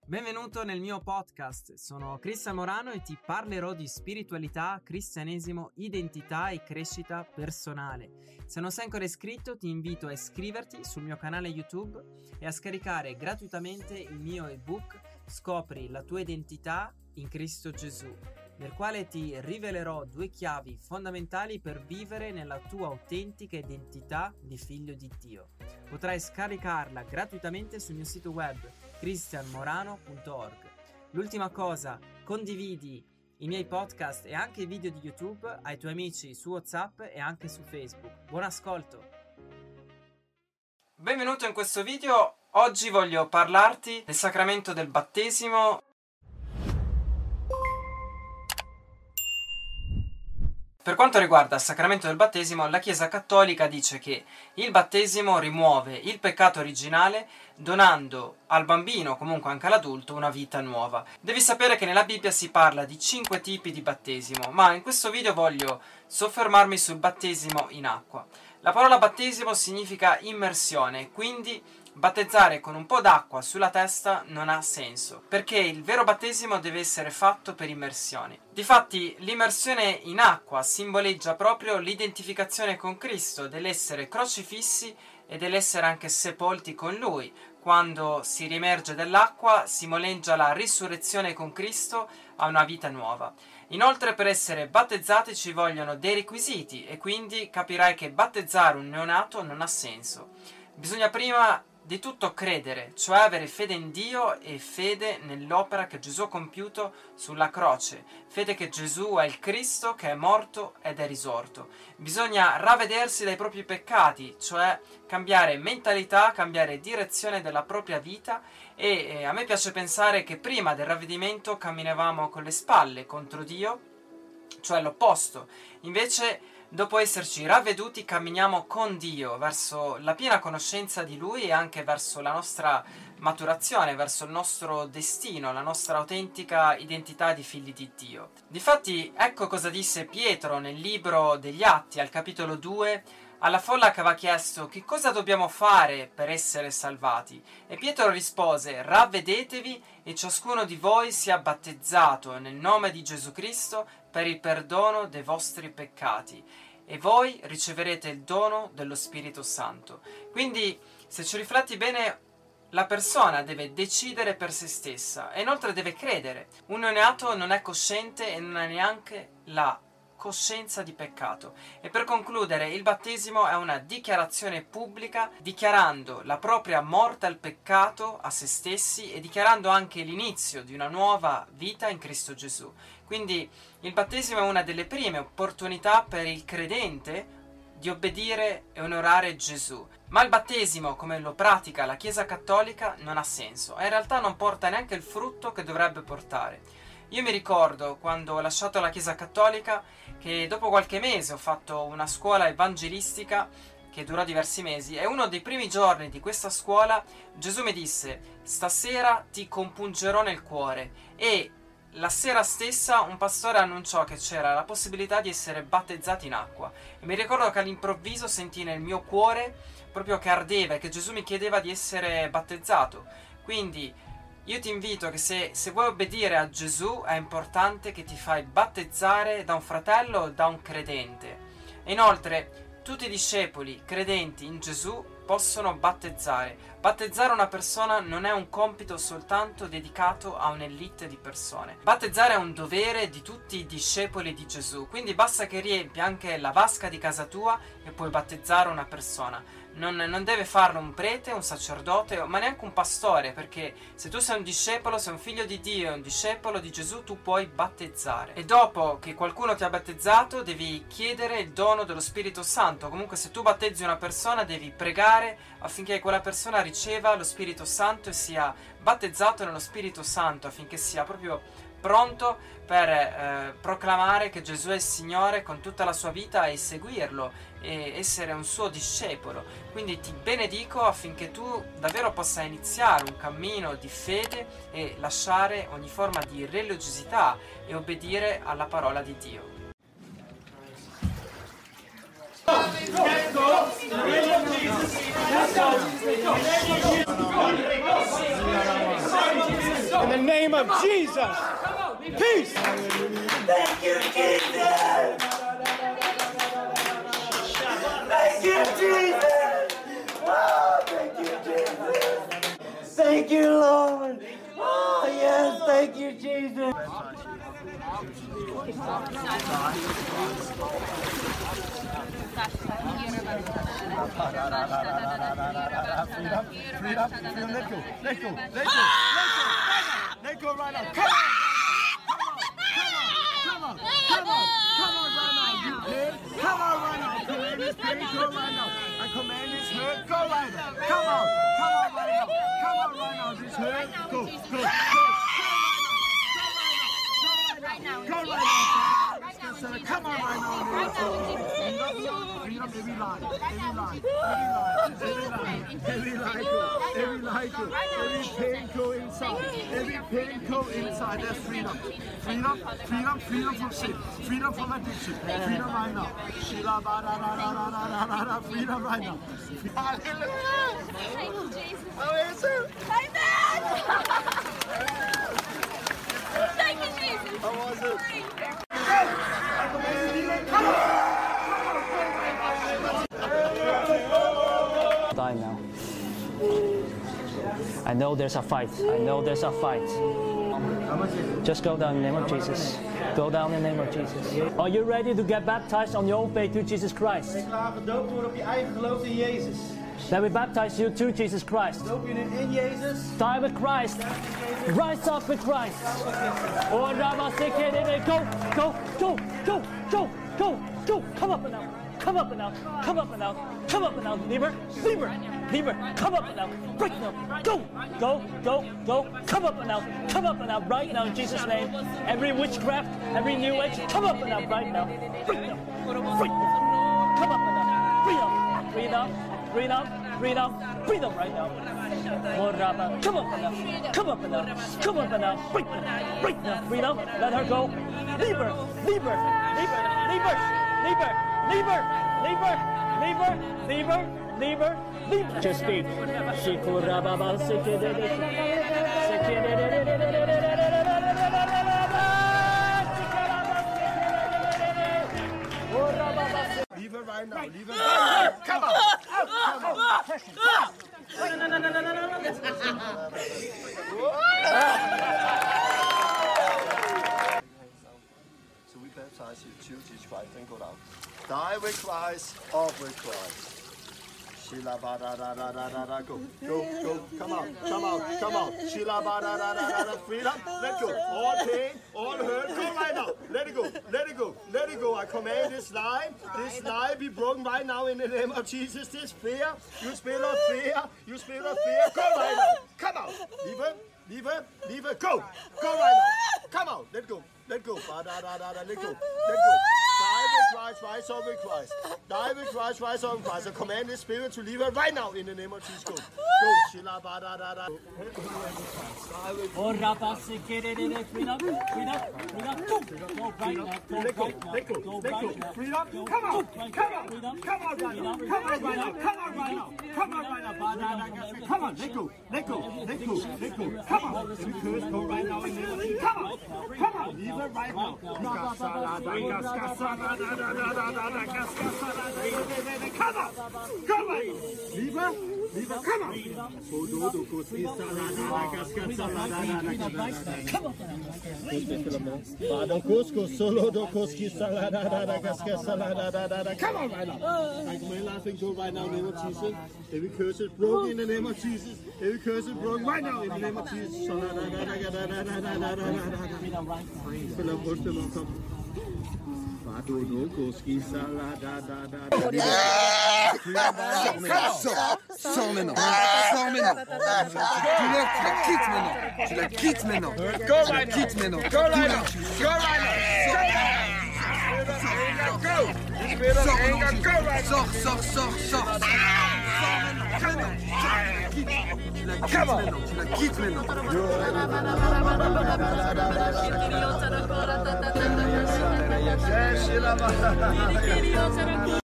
Benvenuto nel mio podcast, sono Cristian Morano e ti parlerò di spiritualità, cristianesimo, identità e crescita personale. Se non sei ancora iscritto ti invito a iscriverti sul mio canale YouTube e a scaricare gratuitamente il mio ebook Scopri la tua identità in Cristo Gesù, nel quale ti rivelerò 2 chiavi fondamentali per vivere nella tua autentica identità di figlio di Dio. Potrai scaricarla gratuitamente sul mio sito web cristianmorano.org. L'ultima cosa, condividi i miei podcast e anche i video di YouTube ai tuoi amici su WhatsApp e anche su Facebook. Buon ascolto! Benvenuto in questo video. Oggi voglio parlarti del sacramento del battesimo. Per quanto riguarda il sacramento del battesimo, la Chiesa Cattolica dice che il battesimo rimuove il peccato originale donando al bambino, comunque anche all'adulto, una vita nuova. Devi sapere che nella Bibbia si parla di 5 tipi di battesimo, ma in questo video voglio soffermarmi sul battesimo in acqua. La parola battesimo significa immersione, quindi battezzare con un po' d'acqua sulla testa non ha senso, perché il vero battesimo deve essere fatto per immersioni. Difatti, l'immersione in acqua simboleggia proprio l'identificazione con Cristo, dell'essere crocifissi e dell'essere anche sepolti con Lui. Quando si riemerge dall'acqua, simboleggia la risurrezione con Cristo a una vita nuova. Inoltre, per essere battezzati ci vogliono dei requisiti e quindi capirai che battezzare un neonato non ha senso. Bisogna prima di tutto credere, cioè avere fede in Dio e fede nell'opera che Gesù ha compiuto sulla croce, fede che Gesù è il Cristo che è morto ed è risorto. Bisogna ravvedersi dai propri peccati, cioè cambiare mentalità, cambiare direzione della propria vita e a me piace pensare che prima del ravvedimento camminavamo con le spalle contro Dio, cioè l'opposto. Invece dopo esserci ravveduti camminiamo con Dio verso la piena conoscenza di Lui e anche verso la nostra maturazione, verso il nostro destino, la nostra autentica identità di figli di Dio. Difatti, ecco cosa disse Pietro nel libro degli Atti, al capitolo 2, alla folla che aveva chiesto che cosa dobbiamo fare per essere salvati. E Pietro rispose: ravvedetevi e ciascuno di voi sia battezzato nel nome di Gesù Cristo per il perdono dei vostri peccati e voi riceverete il dono dello Spirito Santo. Quindi, se ci rifletti bene, la persona deve decidere per se stessa e inoltre deve credere. Un neonato non è cosciente e non ha neanche la coscienza di peccato. E per concludere, il battesimo è una dichiarazione pubblica, dichiarando la propria morte al peccato, a se stessi, e dichiarando anche l'inizio di una nuova vita in Cristo Gesù. Quindi il battesimo è una delle prime opportunità per il credente di obbedire e onorare Gesù. Ma il battesimo, come lo pratica la Chiesa Cattolica, non ha senso e in realtà non porta neanche il frutto che dovrebbe portare. Io mi ricordo, quando ho lasciato la Chiesa Cattolica, che dopo qualche mese ho fatto una scuola evangelistica che durò diversi mesi e uno dei primi giorni di questa scuola Gesù mi disse: stasera ti compungerò nel cuore. E la sera stessa un pastore annunciò che c'era la possibilità di essere battezzati in acqua e mi ricordo che all'improvviso sentii nel mio cuore proprio che ardeva e che Gesù mi chiedeva di essere battezzato. Quindi io ti invito che se vuoi obbedire a Gesù è importante che ti fai battezzare da un fratello o da un credente. E inoltre tutti i discepoli credenti in Gesù possono battezzare. Battezzare una persona non è un compito soltanto dedicato a un'elite di persone. Battezzare è un dovere di tutti i discepoli di Gesù, quindi basta che riempi anche la vasca di casa tua e puoi battezzare una persona. Non deve farlo un prete, un sacerdote, ma neanche un pastore, perché se tu sei un discepolo, sei un figlio di Dio e un discepolo di Gesù, tu puoi battezzare. E dopo che qualcuno ti ha battezzato, devi chiedere il dono dello Spirito Santo. Comunque se tu battezzi una persona, devi pregare affinché quella persona riceva lo Spirito Santo e sia battezzato nello Spirito Santo, affinché sia proprio pronto per proclamare che Gesù è il Signore con tutta la sua vita e seguirlo e essere un suo discepolo. Quindi ti benedico affinché tu davvero possa iniziare un cammino di fede e lasciare ogni forma di religiosità e obbedire alla parola di Dio. name of Jesus. Peace. Thank you, Jesus. Thank you, Jesus. Oh, thank you, Jesus. Thank you, Lord. Oh, yes, thank you, Jesus. Freedom. Let go. Let go. Let go. Let go right now. Come on. Come on. Come on. Come on right now. You pain. Come on right now. I command this pain. Go right now. I command this hurt. Go right now. Come on. Come on right now. Come on right now. This hurt. Go. Go. Go. Go right now. Come on right now. Freedom, every lie. Every lie go. Every lie go. Every pain go inside. Every pain go inside. That's freedom. Freedom from sin. Freedom from addiction. Freedom right now. Freedom right now. Hallelujah. Thank you, Jesus. Amazing. Amen. Thank you, Jesus. How was it? Die now. I know there's a fight. I know there's a fight. Just go down in the name of Jesus. Go down in the name of Jesus. Are you ready to get baptized on your own faith to Jesus Christ? Then we baptize you to Jesus Christ. Die with Christ. Rise up with Christ. Oh, go. Come up and out. Come up and out. Come up and out. Come up and out. Lever. Come up and out. Break now. Go. Come up and out. Come up and out right now in Jesus' name. Every witchcraft, every new age, come up and out right now. Break now. Come up and out. Freedom right now. Come up and out. Come up and out. Break now. Freedom. Let her go. Lever. Just speak. Leave her right now. Leave her right now. Come on. So we baptize you to Jesus Christ and go down. Die with Christ, off with Christ. Shila ba da da da da da da go. Come on. Shila ba da da da da da. Freedom. Let go. All pain, all hurt. Go right now. Let it go. I command this lie be broken right now in the name of Jesus. This fear, you spirit of fear. Go right now. Come on. Leave her. Go right now. Come on. Let go. Ba da da da da. Let go. Die with Christ, rise up with Christ. Die with Christ, rise up with Christ. I command this spirit to leave her right now in the name of Jesus. Go. Shila ba da da da. Oh, Rabba, freedom. Go right now. Let go. Freedom. Come on right now. Come on right now. Come on. Let go. Come on. Every curse go right now in the name of Jesus. Come on. Leave her right now. Come on. Go right now. Leave her. Come on. Come on right now. I command laughing go right now in the name of Jesus. Every curse is broken in the name of Jesus. Every curse is broken right now in the name of Jesus. Sors maintenant. Tu la quittes maintenant. Go right now. Come on.